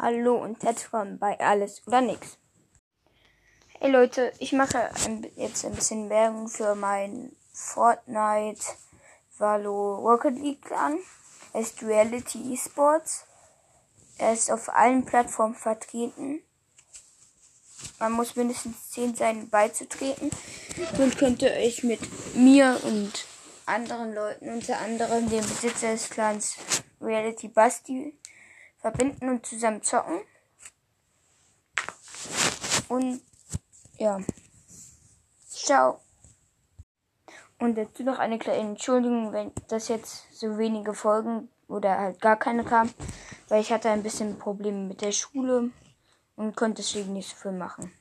Hallo und herzlich willkommen bei Alles oder Nix. Hey Leute, ich mache jetzt ein bisschen Werbung für mein Fortnite Valo Rocket League Clan. Er ist Reality Esports. Er ist auf allen Plattformen vertreten. Man muss mindestens 10 sein, beizutreten. Dann könnt ihr euch mit mir und anderen Leuten, unter anderem dem Besitzer des Clans Reality Basti, verbinden und zusammen zocken. Und ja, ciao. Und dazu noch eine kleine Entschuldigung, wenn das jetzt so wenige Folgen oder halt gar keine kamen, weil ich hatte ein bisschen Probleme mit der Schule und konnte deswegen nicht so viel machen.